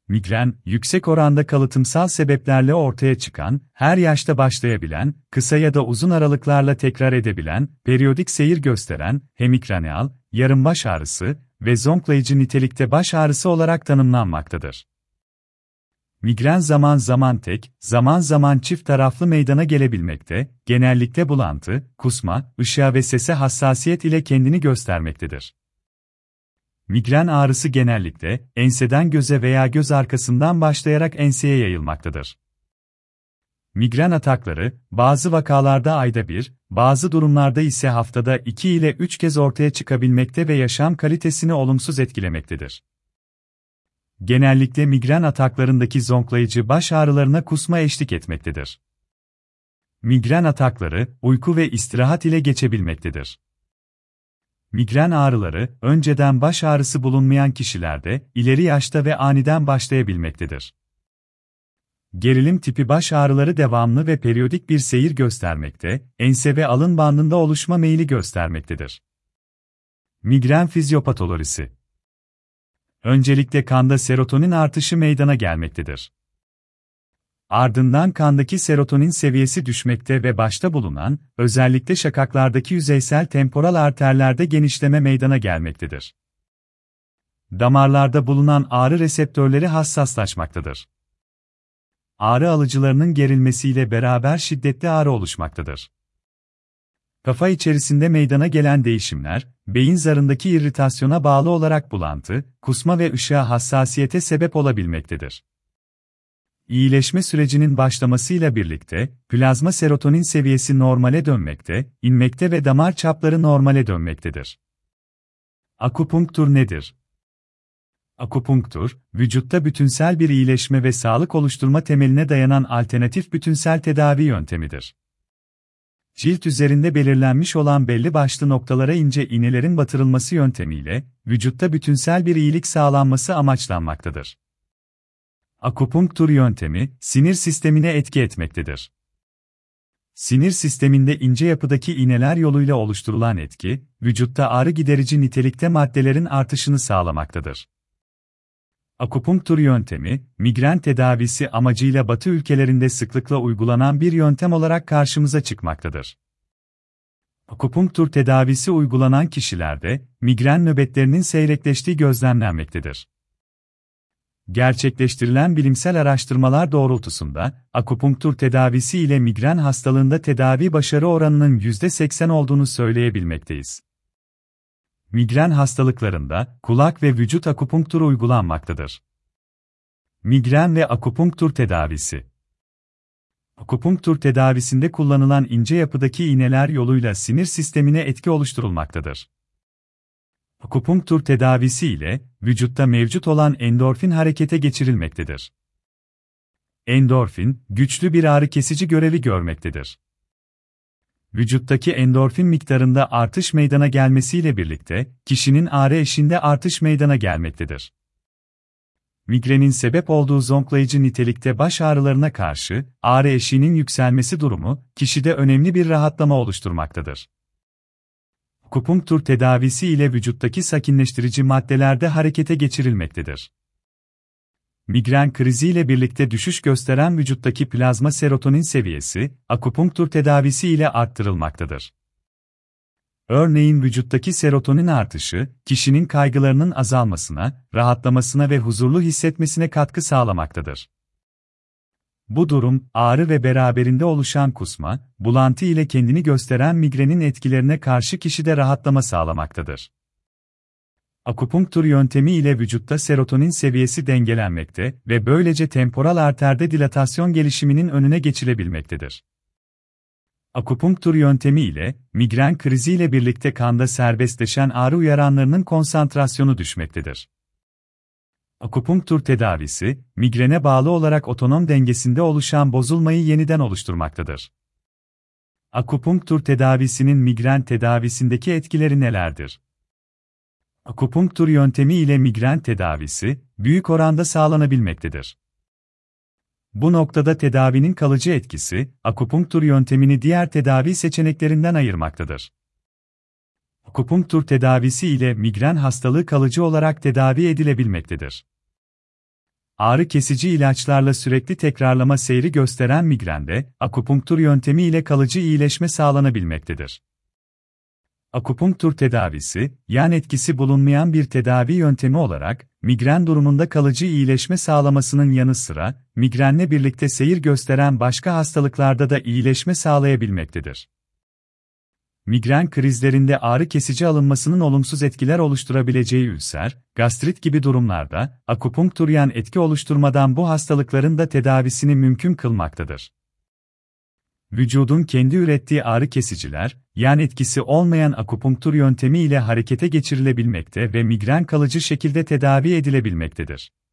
Migren, yüksek oranda kalıtımsal sebeplerle ortaya çıkan, her yaşta başlayabilen, kısa ya da uzun aralıklarla tekrar edebilen, periyodik seyir gösteren, hemikraneal, yarım baş ağrısı ve zonklayıcı nitelikte baş ağrısı olarak tanımlanmaktadır. Migren zaman zaman tek, zaman zaman çift taraflı meydana gelebilmekte, genellikle bulantı, kusma, ışığa ve sese hassasiyet ile kendini göstermektedir. Migren ağrısı genellikle, enseden göze veya göz arkasından başlayarak enseye yayılmaktadır. Migren atakları, bazı vakalarda ayda bir, bazı durumlarda ise haftada 2 ile 3 kez ortaya çıkabilmekte ve yaşam kalitesini olumsuz etkilemektedir. Genellikle migren ataklarındaki zonklayıcı baş ağrılarına kusma eşlik etmektedir. Migren atakları, uyku ve istirahat ile geçebilmektedir. Migren ağrıları, önceden baş ağrısı bulunmayan kişilerde, ileri yaşta ve aniden başlayabilmektedir. Gerilim tipi baş ağrıları devamlı ve periyodik bir seyir göstermekte, ense ve alın bandında oluşma meyili göstermektedir. Migren fizyopatolojisi. Öncelikle kanda serotonin artışı meydana gelmektedir. Ardından kandaki serotonin seviyesi düşmekte ve başta bulunan, özellikle şakaklardaki yüzeysel temporal arterlerde genişleme meydana gelmektedir. Damarlarda bulunan ağrı reseptörleri hassaslaşmaktadır. Ağrı alıcılarının gerilmesiyle beraber şiddetli ağrı oluşmaktadır. Kafa içerisinde meydana gelen değişimler, beyin zarındaki irritasyona bağlı olarak bulantı, kusma ve ışığa hassasiyete sebep olabilmektedir. İyileşme sürecinin başlamasıyla birlikte, plazma serotonin seviyesi normale dönmekte, inmekte ve damar çapları normale dönmektedir. Akupunktur nedir? Akupunktur, vücutta bütünsel bir iyileşme ve sağlık oluşturma temeline dayanan alternatif bütünsel tedavi yöntemidir. Cilt üzerinde belirlenmiş olan belli başlı noktalara ince iğnelerin batırılması yöntemiyle, vücutta bütünsel bir iyilik sağlanması amaçlanmaktadır. Akupunktur yöntemi, sinir sistemine etki etmektedir. Sinir sisteminde ince yapıdaki iğneler yoluyla oluşturulan etki, vücutta ağrı giderici nitelikte maddelerin artışını sağlamaktadır. Akupunktur yöntemi, migren tedavisi amacıyla Batı ülkelerinde sıklıkla uygulanan bir yöntem olarak karşımıza çıkmaktadır. Akupunktur tedavisi uygulanan kişilerde, migren nöbetlerinin seyrekleştiği gözlemlenmektedir. Gerçekleştirilen bilimsel araştırmalar doğrultusunda, akupunktur tedavisi ile migren hastalığında tedavi başarı oranının %80 olduğunu söyleyebilmekteyiz. Migren hastalıklarında, kulak ve vücut akupunkturu uygulanmaktadır. Migren ve akupunktur tedavisi. Akupunktur tedavisinde kullanılan ince yapıdaki iğneler yoluyla sinir sistemine etki oluşturulmaktadır. Akupunktur tedavisi ile, vücutta mevcut olan endorfin harekete geçirilmektedir. Endorfin, güçlü bir ağrı kesici görevi görmektedir. Vücuttaki endorfin miktarında artış meydana gelmesiyle birlikte, kişinin ağrı eşiğinde artış meydana gelmektedir. Migrenin sebep olduğu zonklayıcı nitelikte baş ağrılarına karşı, ağrı eşiğinin yükselmesi durumu, kişide önemli bir rahatlama oluşturmaktadır. Akupunktur tedavisi ile vücuttaki sakinleştirici maddelerde harekete geçirilmektedir. Migren kriziyle birlikte düşüş gösteren vücuttaki plazma serotonin seviyesi, akupunktur tedavisi ile arttırılmaktadır. Örneğin vücuttaki serotonin artışı, kişinin kaygılarının azalmasına, rahatlamasına ve huzurlu hissetmesine katkı sağlamaktadır. Bu durum, ağrı ve beraberinde oluşan kusma, bulantı ile kendini gösteren migrenin etkilerine karşı kişide rahatlama sağlamaktadır. Akupunktur yöntemi ile vücutta serotonin seviyesi dengelenmekte ve böylece temporal arterde dilatasyon gelişiminin önüne geçilebilmektedir. Akupunktur yöntemi ile, migren kriziyle birlikte kanda serbestleşen ağrı uyaranlarının konsantrasyonu düşmektedir. Akupunktur tedavisi, migrene bağlı olarak otonom dengesinde oluşan bozulmayı yeniden oluşturmaktadır. Akupunktur tedavisinin migren tedavisindeki etkileri nelerdir? Akupunktur yöntemi ile migren tedavisi, büyük oranda sağlanabilmektedir. Bu noktada tedavinin kalıcı etkisi, akupunktur yöntemini diğer tedavi seçeneklerinden ayırmaktadır. Akupunktur tedavisi ile migren hastalığı kalıcı olarak tedavi edilebilmektedir. Ağrı kesici ilaçlarla sürekli tekrarlama seyri gösteren migrende, akupunktur yöntemi ile kalıcı iyileşme sağlanabilmektedir. Akupunktur tedavisi, yan etkisi bulunmayan bir tedavi yöntemi olarak, migren durumunda kalıcı iyileşme sağlamasının yanı sıra, migrenle birlikte seyir gösteren başka hastalıklarda da iyileşme sağlayabilmektedir. Migren krizlerinde ağrı kesici alınmasının olumsuz etkiler oluşturabileceği ülser, gastrit gibi durumlarda, akupunktur yan etki oluşturmadan bu hastalıkların da tedavisini mümkün kılmaktadır. Vücudun kendi ürettiği ağrı kesiciler, yan etkisi olmayan akupunktur yöntemi ile harekete geçirilebilmekte ve migren kalıcı şekilde tedavi edilebilmektedir.